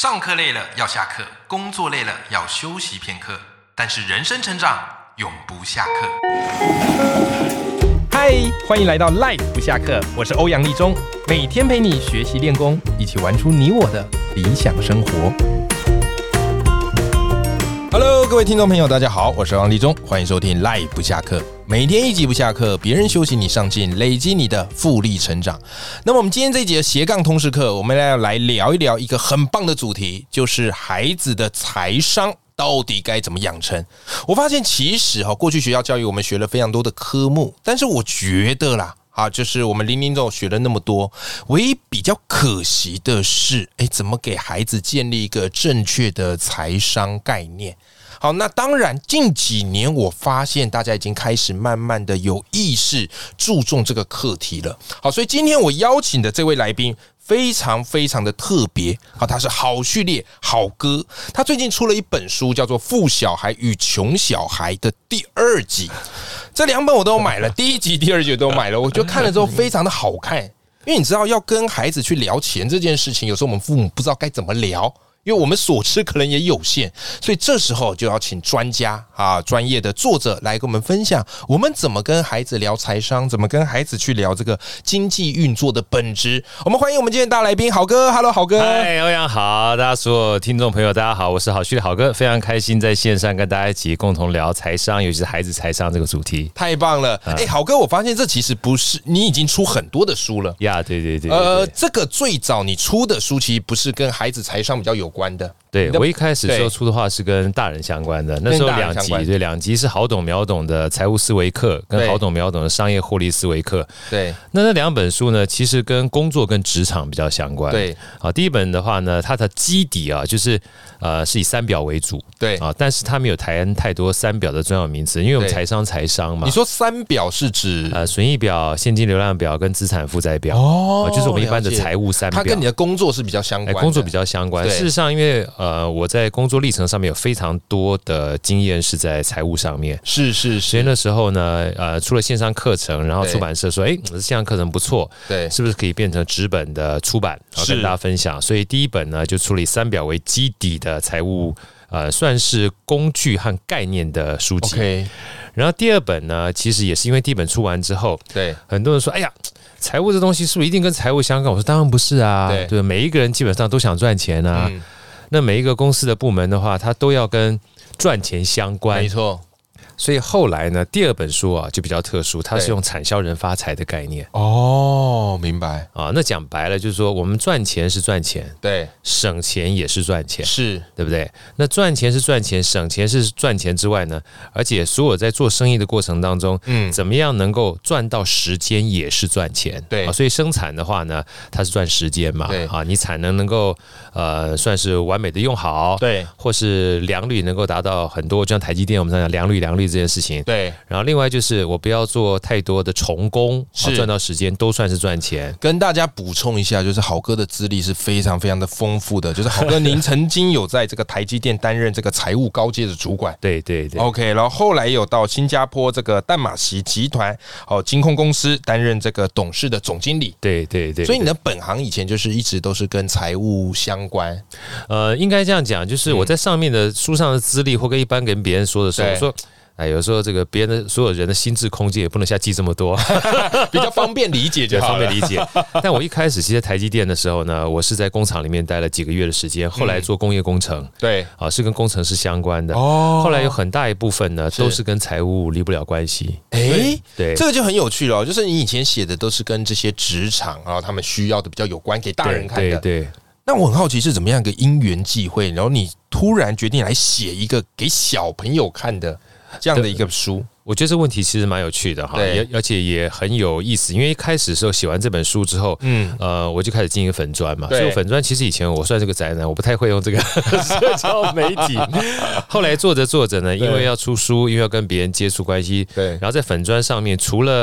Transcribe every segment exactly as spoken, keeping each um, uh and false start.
上课累了要下课，工作累了要休息片刻，但是人生成长永不下课。嗨，欢迎来到 Life 不下课，我是欧阳立中，每天陪你学习练功，一起玩出你我的理想生活。Hello， 各位听众朋友，大家好，我是欧阳立中，欢迎收听 Life 不下课。每天一集不下课，别人休息你上进，累积你的复利成长。那么我们今天这一节的斜杠通识课，我们要来聊一聊一个很棒的主题，就是孩子的财商到底该怎么养成。我发现其实过去学校教育我们学了非常多的科目，但是我觉得啦啊，就是我们零零总学了那么多，唯一比较可惜的是，哎，怎么给孩子建立一个正确的财商概念？好，那当然，近几年我发现大家已经开始慢慢的有意识注重这个课题了。好，所以今天我邀请的这位来宾非常非常的特别，好，他是好序列好哥，他最近出了一本书，叫做《富小孩与穷小孩》的第二集，这两本我都买了，第一集、第二集我都买了，我就看了之后非常的好看，因为你知道要跟孩子去聊钱这件事情，有时候我们父母不知道该怎么聊。因为我们所知可能也有限，所以这时候就要请专家啊，专业的作者来跟我们分享，我们怎么跟孩子聊财商，怎么跟孩子去聊这个经济运作的本质。我们欢迎我们今天的大来宾好哥 ，Hello 好哥。 嗨，欧阳好，大家所有听众朋友大家好，我是好序列好哥，非常开心在线上跟大家一起共同聊财商，尤其是孩子财商这个主题。 太棒了，哎、欸，好哥，我发现这其实不是你已经出很多的书了呀，对对 对, 对, 对， 呃，这个最早你出的书其实不是跟孩子财商比较有关的。 对，我一开始时候出的话是跟大人相关的，那时候两集，对，两集是好懂秒懂的财务思维课，跟好懂秒懂的商业获利思维课。对，那那两本书呢，其实跟工作跟职场比较相关。对，好，第一本的话呢，它的基底啊，就是呃是以三表为主，对啊，但是它没有谈太多三表的专有名词，因为我们财商财商嘛。 你说三表是指呃损益表、现金流量表跟资产负债表哦，就是我们一般的财务三表。 它跟你的工作是比较相关的， 工作比较相关。事实上，因为呃。呃，我在工作历程上面有非常多的经验是在财务上面， 是是是。 所以那时候呢，呃，出了线上课程，然后出版社说，哎，我的线上课程不错，对，是不是可以变成纸本的出版，然后跟大家分享？所以第一本呢，就出了以三表为基底的财务，呃，算是工具和概念的书籍。Okay. 然后第二本呢，其实也是因为第一本出完之后，对，很多人说，哎呀。财务这东西是不是一定跟财务相关？我说当然不是啊，对，对，每一个人基本上都想赚钱啊。嗯、那每一个公司的部门的话，它都要跟赚钱相关，没错。所以后来呢，第二本书啊就比较特殊，它是用产销人发财的概念。 哦，明白啊。那讲白了就是说，我们赚钱是赚钱，对，省钱也是赚钱，是对不对？那赚钱是赚钱，省钱是赚钱之外呢，而且所有在做生意的过程当中，嗯，怎么样能够赚到时间也是赚钱，对啊。所以生产的话呢，它是赚时间嘛，对啊，你产能能够呃算是完美的用好，对，或是良率能够达到很多，就像台积电我们讲良率良率。这件事情对，然后另外就是我不要做太多的重工，赚到时间都算是赚钱。 跟大家补充一下，就是好哥的资历是非常非常的丰富的，就是好哥您曾经有在这个台积电担任这个财务高阶的主管， 对对对 ，OK， 然后后来有到新加坡这个淡马锡集团哦金控公司担任这个董事的总经理， 对对 对, 对， 所以你的本行以前就是一直都是跟财务相关。 呃，应该这样讲，就是我在上面的书上的资历，或跟一般跟别人说的时候，我说。哎，有时候这个别人的所有人的心智空间也不能下记这么多， 比较方便理解就好了， 方便理解。但我一开始其实台积电的时候呢，我是在工厂里面待了几个月的时间，后来做工业工程，对，啊是跟工程师相关的。哦，后来有很大一部分呢都是跟财务离不了关系。 哎，对，这个就很有趣了，就是你以前写的都是跟这些职场啊他们需要的比较有关，给大人看的。对。对那我很好奇是怎么样一个因缘际会，然后你突然决定来写一个给小朋友看的这样的一个书。 我觉得这个问题其实蛮有趣的哈，而且也很有意思。因为一开始的时候写完这本书之后，嗯，呃，我就开始经营粉专嘛。所以粉专其实以前我算是个宅男，我不太会用这个社交媒体。后来做着做着呢，因为要出书，因为要跟别人接触关系，对，然后在粉专上面除了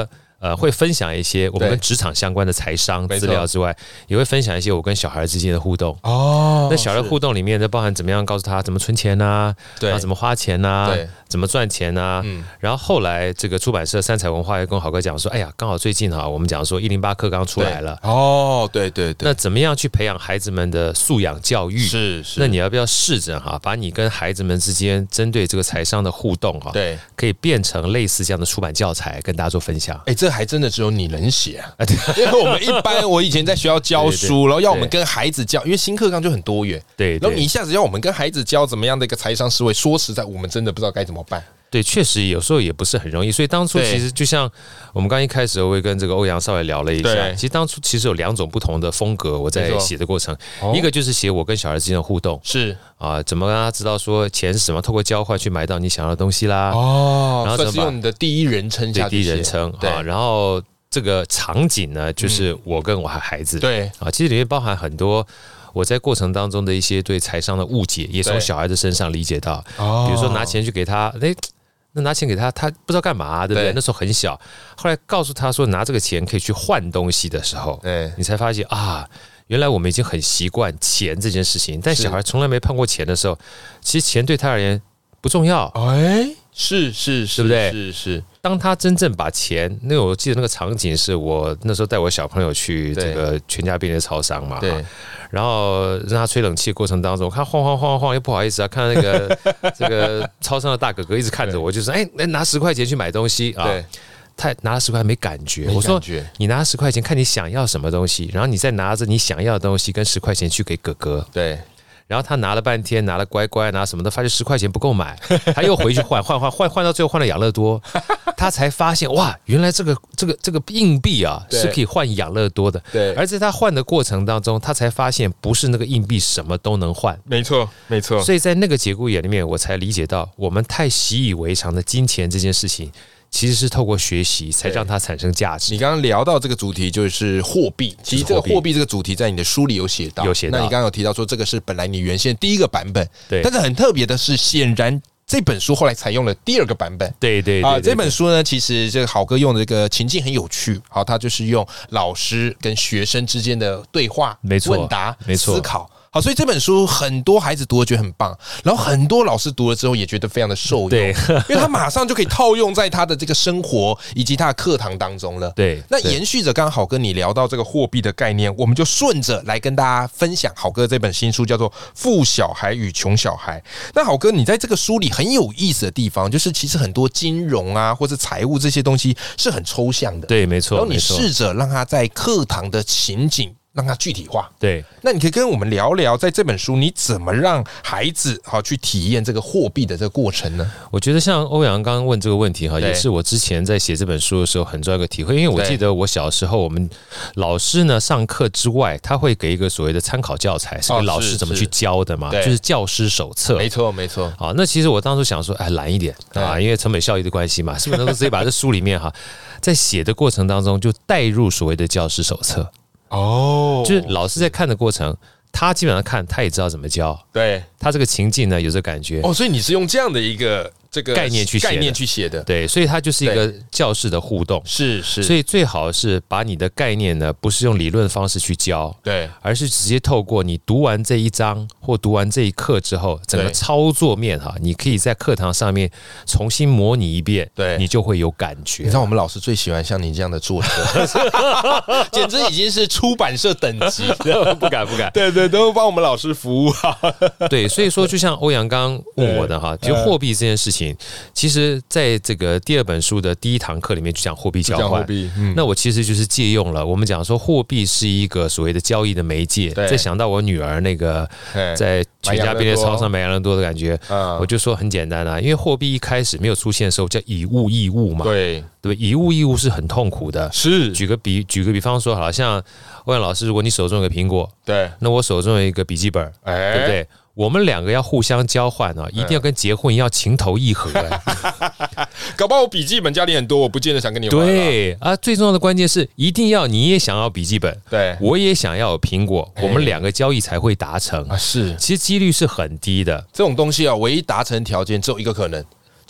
呃，会分享一些我们跟职场相关的财商资料之外，也会分享一些我跟小孩之间的互动。哦，那小孩互动里面呢，包含怎么样告诉他怎么存钱啊，对，怎么花钱啊，对，怎么赚钱啊。嗯，然后后来这个出版社三彩文化也跟好哥讲说，哎呀，刚好最近哈，我们讲说一零八课纲出来了。 哦，对对对。 那怎么样去培养孩子们的素养教育？ 是是。 那你要不要试着哈，把你跟孩子们之间针对这个财商的互动哈，对，可以变成类似这样的出版教材，跟大家做分享。 哎，这还真的只有你能写啊！因为我们一般，我以前在学校教书，对对对，然后要我们跟孩子教，因为新课纲就很多元，对，然后你一下子要我们跟孩子教怎么样的一个财商思维，说实在，我们真的不知道该怎么办。 对，确实有时候也不是很容易，所以当初其实就像我们刚一开始我会跟这个欧阳稍微聊了一下，其实当初其实有两种不同的风格，我在写的过程，一个就是写我跟小孩之间的互动，是啊，怎么让他知道说钱是什么，透过交换去买到你想要的东西啦，哦，然后这是用你的第一人称下去写， 第一人称啊，然后这个场景呢，就是我跟我孩子，对啊，其实里面包含很多。我在过程当中的一些对财商的误解，也从小孩子身上理解到。比如说拿钱去给他，哎，那拿钱给他，他不知道干嘛，对不对？那时候很小，后来告诉他说拿这个钱可以去换东西的时候，你才发现啊，原来我们已经很习惯钱这件事情，但小孩从来没碰过钱的时候，其实钱对他而言不重要。哎， 是是是， 对不对？ 是是。 当他真正把钱，那我记得那个场景是我那时候带我小朋友去这个全家便利超商嘛，对，然后让他吹冷气的过程当中，我看晃晃晃晃，又不好意思啊，看那个这个超商的大哥哥一直看着我，就是哎，拿十块钱去买东西啊，对，他拿了十块没感觉，我说你拿十块钱，看你想要什么东西，然后你再拿着你想要的东西跟十块钱去给哥哥，对。然后他拿了半天，拿了乖乖，拿什么的，发现十块钱不够买，他又回去换换换换换到最后换了养乐多，他才发现哇，原来这个这个这个硬币啊是可以换养乐多的。对，而在他换的过程当中，他才发现不是那个硬币什么都能换。 没错，没错。 所以在那个节骨眼里面，我才理解到，我们太习以为常的金钱这件事情。其实是透过学习才让它产生价值。 你刚刚聊到这个主题就是货币，其实这个货币这个主题在你的书里有写到， 有写到。 那你刚刚有提到说这个是本来你原先第一个版本，对。但是很特别的是，显然这本书后来采用了第二个版本。 对对啊， 这本书呢，其实这个好哥用的这个情境很有趣，好，他就是用老师跟学生之间的对话、 没错问答、没错思考。好，所以这本书很多孩子读了觉得很棒，然后很多老师读了之后也觉得非常的受用，对，因为他马上就可以套用在他的这个生活以及他的课堂当中了。对，那延续着刚好跟你聊到这个货币的概念，我们就顺着来跟大家分享好哥这本新书，叫做《富小孩与穷小孩》。那好哥，你在这个书里很有意思的地方，就是其实很多金融啊或者财务这些东西是很抽象的， 对，没错。 然后你试着让他在课堂的情景。让它具体化， 对。 那你可以跟我们聊聊，在这本书你怎么让孩子好去体验这个货币的这个过程呢？ 我觉得像欧阳刚刚问这个问题哈，也是我之前在写这本书的时候很重要一个体会。因为我记得我小时候，我们老师呢上课之外，他会给一个所谓的参考教材，是给老师怎么去教的嘛，就是教师手册。 没错，没错。 好，那其实我当初想说，哎，懒一点啊，因为成本效益的关系嘛，是不是能够直接把这书里面哈，在写的过程当中就带入所谓的教师手册？哦，就是老师在看的过程，他基本上看，他也知道怎么教。对，他这个情境呢，有这感觉。 哦，所以你是用这样的一个这个概念去写概念去写的， 对，所以它就是一个教室的互动。 是是， 所以最好是把你的概念呢，不是用理论方式去教，对，而是直接透过你读完这一章或读完这一课之后，整个操作面哈，你可以在课堂上面重新模拟一遍，对，你就会有感觉。 你知道我们老师最喜欢像你这样的作者，简直已经是出版社等级， 不敢不敢， 对对，都帮我们老师服务好。 对，所以说就像欧阳刚刚问我的哈，就货币这件事情。其实在这个第二本书的第一堂课里面就讲货币交换，嗯、那我其实就是借用了我们讲说货币是一个所谓的交易的媒介。再想到我女儿那个在全家便利超商买养乐多的感觉，我就说很简单啊，因为货币一开始没有出现的时候叫以物易物嘛，对对，以物易物是很痛苦的。是，举个比举个比方说，好像欧阳老师，如果你手中有个苹果，对，那我手中有一个笔记本，哎，对不对？我们两个要互相交换啊，一定要跟结婚一样情投意合、欸。 搞不好我笔记本家里很多，我不见得想跟你玩。 对啊，最重要的关键是一定要你也想要笔记本，对，我也想要有苹果，我们两个交易才会达成啊。是，其实几率是很低的。 这种东西啊，唯一达成条件只有一个可能。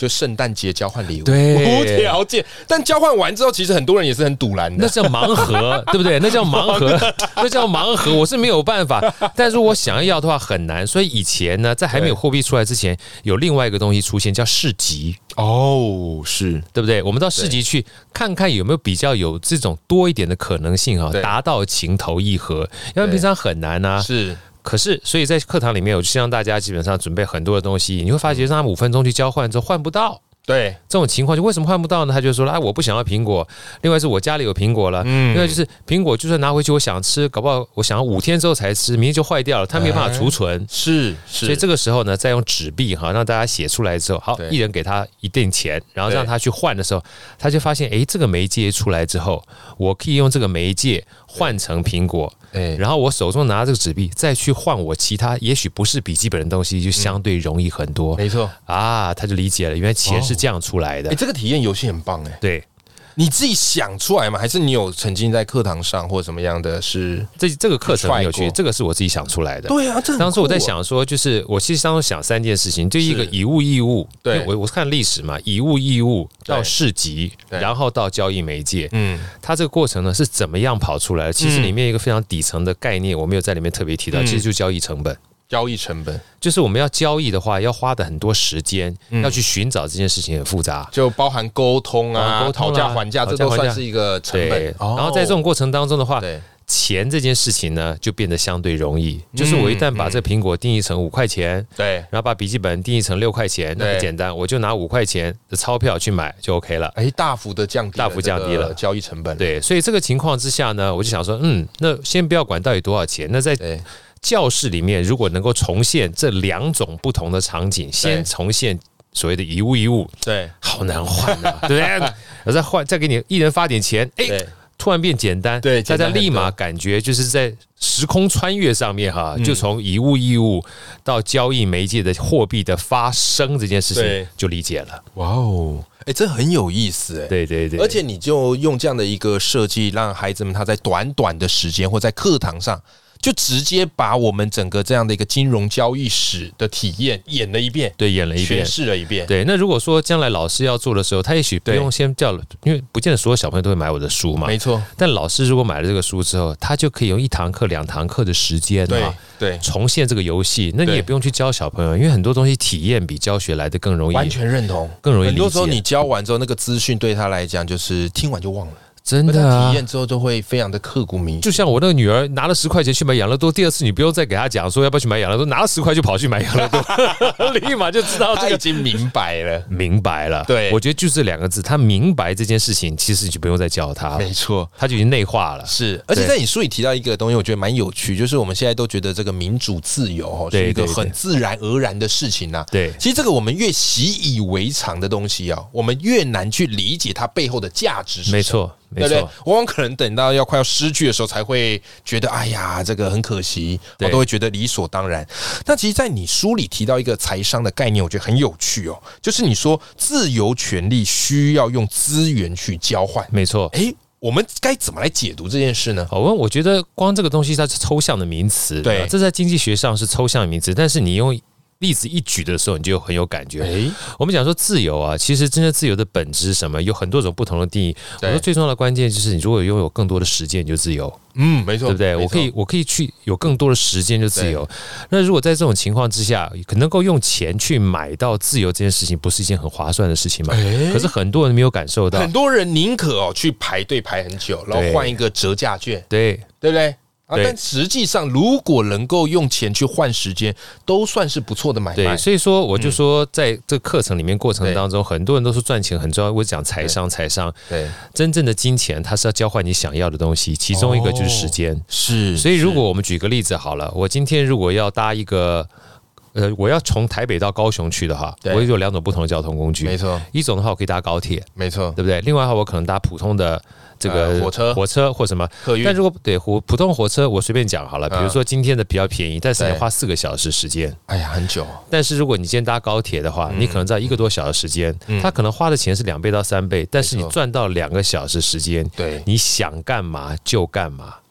就圣诞节交换礼物， 对， 无条件。但交换完之后，其实很多人也是很赌烂的， 那叫盲盒，对不对？那叫盲盒，那叫盲盒。我是没有办法，但是我想要的话很难。所以以前呢，在还没有货币出来之前，有另外一个东西出现，叫市集。 哦，是对不对？我们到市集去看看有没有比较有这种多一点的可能性哈，达到情投意合，因为平常很难啊。 是。 可是，所以在课堂里面，我就希望大家基本上准备很多的东西。你会发觉，让他们五分钟去交换之后换不到。 对， 这种情况就为什么换不到呢？他就说了，啊，我不想要苹果。另外是我家里有苹果了。嗯，另外就是苹果，就算拿回去，我想吃，搞不好我想要五天之后才吃，明天就坏掉了，它没有办法储存。 哎、是是， 所以这个时候呢，再用纸币哈，让大家写出来之后，好，一人给他一定钱，然后让他去换的时候，他就发现，哎，这个媒介出来之后，我可以用这个媒介换成苹果。然后我手中拿这个纸币，再去换我其他也许不是笔记本的东西，就相对容易很多。 没错啊，他就理解了，原来钱是这样出来的。 哎、哦，这个体验游戏很棒哎。 对。 你自己想出来吗？还是你有曾经在课堂上或者什么样的是？ 这这个课程很有趣，这个是我自己想出来的。 对啊，这、啊、 当时我在想说，就是我其实当时想三件事情，第一个以物易物，对，我我是看历史嘛，以物易物到市集，然后到交易媒介，嗯，它这个过程呢是怎么样跑出来的？其实里面一个非常底层的概念，我没有在里面特别提到，嗯、其实就是交易成本。 交易成本就是我们要交易的话，要花的很多时间，嗯、要去寻找这件事情很复杂， 就包含沟通啊、讨价还价，这都算是一个成本。 哦、然后在这种过程当中的话，钱这件事情呢就变得相对容易。嗯、就是我一旦把这苹果定义成五块钱，对、嗯，然后把笔记本定义成六块钱，那很简单，我就拿五块钱的钞票去买就 OK 了。 哎，大幅的降低， 大幅降低了交易成本。 对，所以这个情况之下呢，我就想说，嗯，那先不要管到底多少钱，那在教室里面，如果能够重现这两种不同的场景，先重现所谓的一物一物，对，好难换啊，对不对？然后再换，再给你一人发点钱，哎，突然变简单，对，大家立马感觉就是在时空穿越上面哈，就从以物易物到交易媒介的货币的发生这件事情就理解了。 哇哦！哎、欸，这很有意思哎、欸， 对对对， 而且你就用这样的一个设计，让孩子们他在短短的时间或在课堂上。就直接把我们整个这样的一个金融交易史的体验演了一遍， 对，演了一遍， 诠释了一遍。 对，那如果说将来老师要做的时候，他也许不用先叫，因为不见得所有小朋友都会买我的书嘛， 没错。 但老师如果买了这个书之后，他就可以用一堂课、两堂课的时间，对对，重现这个游戏。那你也不用去教小朋友，因为很多东西体验比教学来的更容易， 完全认同， 更容易理解。 很多时候你教完之后，那个资讯对他来讲就是听完就忘了。 真的啊， 体验之后都会非常的刻骨铭心。 就像我那个女儿拿了十块钱去买养乐多，第二次你不用再给她讲说要不要去买养乐多，拿了十块就跑去买养乐多，立马就知道这个已经明白了， 明白了。对，我觉得就这两个字，他明白这件事情，其实你就不用再教他了。 没错， 他就已经内化了。 是，而且在你书里提到一个东西，我觉得蛮有趣，就是我们现在都觉得这个民主自由是一个很自然而然的事情啊。对，其实这个我们越习以为常的东西啊，我们越难去理解它背后的价值是什么。 没错。 对不对？往往可能等到要快要失去的时候，才会觉得哎呀，这个很可惜，我都会觉得理所当然。那其实，在你书里提到一个财商的概念，我觉得很有趣哦，就是你说自由权利需要用资源去交换， 没错。 哎，我们该怎么来解读这件事呢？ 我我觉得光这个东西它是抽象的名词，对，这在经济学上是抽象的名词，但是你用例子一举的时候，你就很有感觉。欸、我们讲说自由啊，其实真正自由的本质是什么？有很多种不同的定义。我说最重要的关键就是，你如果拥有更多的时间，你就自由。 嗯，没错， 对不对？我可以，我可以去有更多的时间就自由。那如果在这种情况之下，可能够用钱去买到自由这件事情，不是一件很划算的事情吗？欸、可是很多人没有感受到， 很多人宁可哦去排队排很久，然后换一个折价券， 对对不对？啊、但实际上，如果能够用钱去换时间，都算是不错的买卖。 对，所以说我就说，在这个课程里面过程当中，很多人都说赚钱很重要。我讲财商，财商，对，真正的金钱它是要交换你想要的东西，其中一个就是时间。哦、是，所以如果我们举个例子好了，我今天如果要搭一个。呃，我要从台北到高雄去的话，我有两种不同的交通工具。没错，一种的话我可以搭高铁，没错，对不对？另外的话，我可能搭普通的这个、呃、火车、火车或什么客运。但如果对火普通火车，我随便讲好了，比如说今天的比较便宜，但是你花四个小时时间， 哎呀，很久。 但是如果你今天搭高铁的话，嗯、你可能在一个多小时时间，嗯、他可能花的钱是两倍到三倍，但是你赚到两个小时时间，对，你想干嘛就干嘛。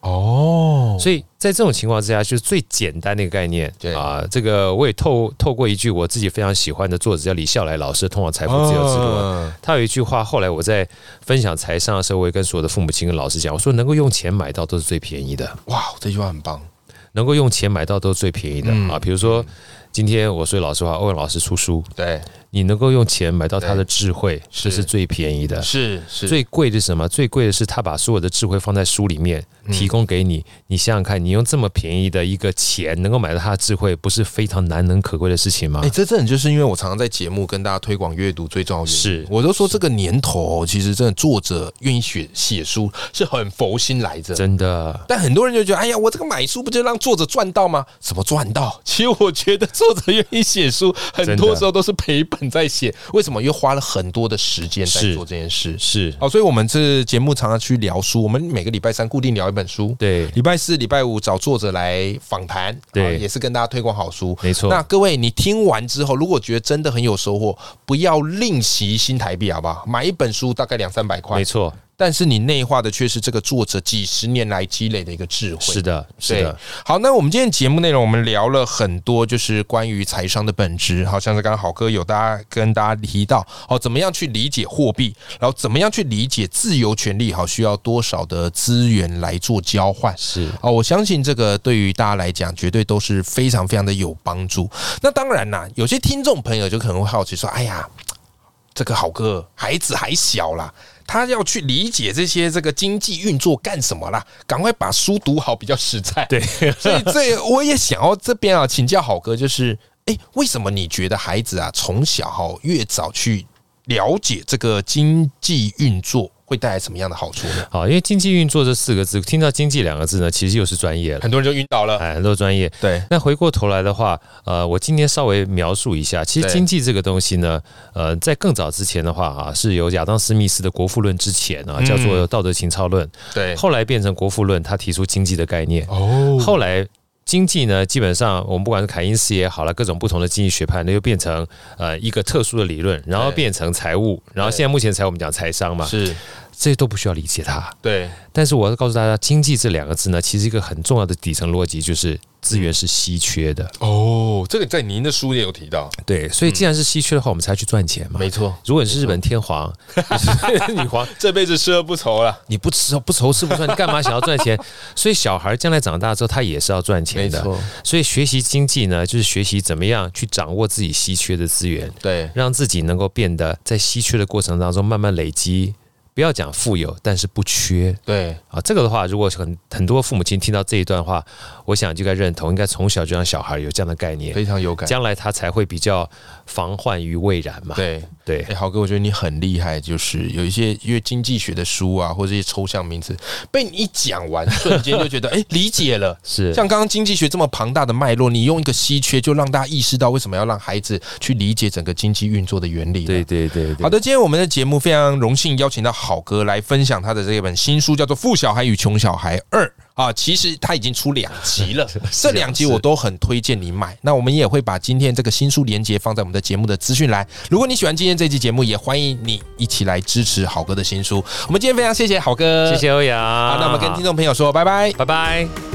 哦，所以在这种情况之下，就是最简单的一个概念啊、呃。这个我也透透过一句我自己非常喜欢的作者叫李笑来老师的《通往财富自由之路》哦，他有一句话，后来我在分享财商的时候，我也跟所有的父母亲跟老师讲，我说能够用钱买到都是最便宜的。 哇，这句话很棒， 能够用钱买到都是最便宜的、嗯、啊。比如说今天我说老实话，欧阳老师出书， 对。 你能够用钱买到他的智慧，这是最便宜的。 是是， 最贵的是什么？最贵的是他把所有的智慧放在书里面提供给你。你想想看，你用这么便宜的一个钱能够买到他的智慧，不是非常难能可贵的事情吗？ 哎、欸，这真的就是因为我常常在节目跟大家推广阅读最重要的原因。是，我都说这个年头，其实真的作者愿意写写书是很佛心来着， 真的。 但很多人就觉得，哎呀，我这个买书不就让作者赚到吗？怎么赚到？其实我觉得作者愿意写书，很多时候都是赔本在写。为什么？因为花了很多的时间在做这件事， 是哦，所以我们这节目常常去聊书，我们每个礼拜三固定聊一本书， 对， 礼拜四、礼拜五找作者来访谈，对，也是跟大家推广好书， 没错。 那各位，你听完之后，如果觉得真的很有收获，不要吝惜新台币，好不好？买一本书大概两三百块， 没错。 但是你内化的却是这个作者几十年来积累的一个智慧。 是的，是的。 好，那我们今天节目内容，我们聊了很多，就是关于财商的本质。好像是刚刚好哥有大家跟大家提到，哦，怎么样去理解货币，然后怎么样去理解自由权利，好，需要多少的资源来做交换。 是哦，我相信这个对于大家来讲，绝对都是非常非常的有帮助。那当然啦，有些听众朋友就可能会好奇说，哎呀，这个好哥孩子还小啦。他要去理解这些这个经济运作干什么啦？赶快把书读好比较实在。 对， 所以这我也想要这边啊请教好哥，就是哎，为什么你觉得孩子啊从小哈越早去了解这个经济运作？会带来什么样的好处呢？ 好，因为经济运作这四个字，听到经济两个字呢，其实又是专业了， 很多人就晕倒了， 哎，很多专业。 对， 那回过头来的话，呃，我今天稍微描述一下，其实经济这个东西呢，呃，在更早之前的话啊，是由亚当斯密斯的《国富论》之前啊，叫做《道德情操论》，对，后来变成《国富论》，他提出经济的概念。哦，后来。经济呢，基本上我们不管是凯因斯也好了，各种不同的经济学派，那就变成呃一个特殊的理论，然后变成财务，然后现在目前财务我们讲财商嘛，是这些都不需要理解它。对，但是我要告诉大家，经济这两个字呢，其实一个很重要的底层逻辑就是资源是稀缺的。 哦，这个在您的书也有提到。 对，所以既然是稀缺的话，我们才去赚钱嘛。 没错， 如果你是日本天皇、女皇， 这辈子吃喝不愁了， 你不吃不愁吃不穿，你干嘛想要赚钱？所以小孩将来长大之后，他也是要赚钱的。没错，所以学习经济呢，就是学习怎么样去掌握自己稀缺的资源，对，让自己能够变得在稀缺的过程当中慢慢累积。不要讲富有，但是不缺。对啊，这个的话，如果很很多父母亲听到这一段话，我想就该认同，应该从小就让小孩有这样的概念， 非常有感， 将来他才会比较防患于未然嘛。对对， 哎，豪哥，我觉得你很厉害，就是有一些因为经济学的书啊，或者一些抽象名词，被你一讲完，瞬间就觉得哎，理解了。是像刚刚经济学这么庞大的脉络，你用一个稀缺，就让大家意识到为什么要让孩子去理解整个经济运作的原理。 对对对对。 好的，今天我们的节目非常荣幸邀请到好哥来分享他的这本新书，叫做《富小孩与穷小孩二》啊，其实他已经出两集了，这两集我都很推荐你买。那我们也会把今天这个新书连结放在我们的节目的资讯栏。如果你喜欢今天这期节目，也欢迎你一起来支持好哥的新书。我们今天非常谢谢好哥， 谢谢欧阳。 好，那我们跟听众朋友说拜拜， 拜拜。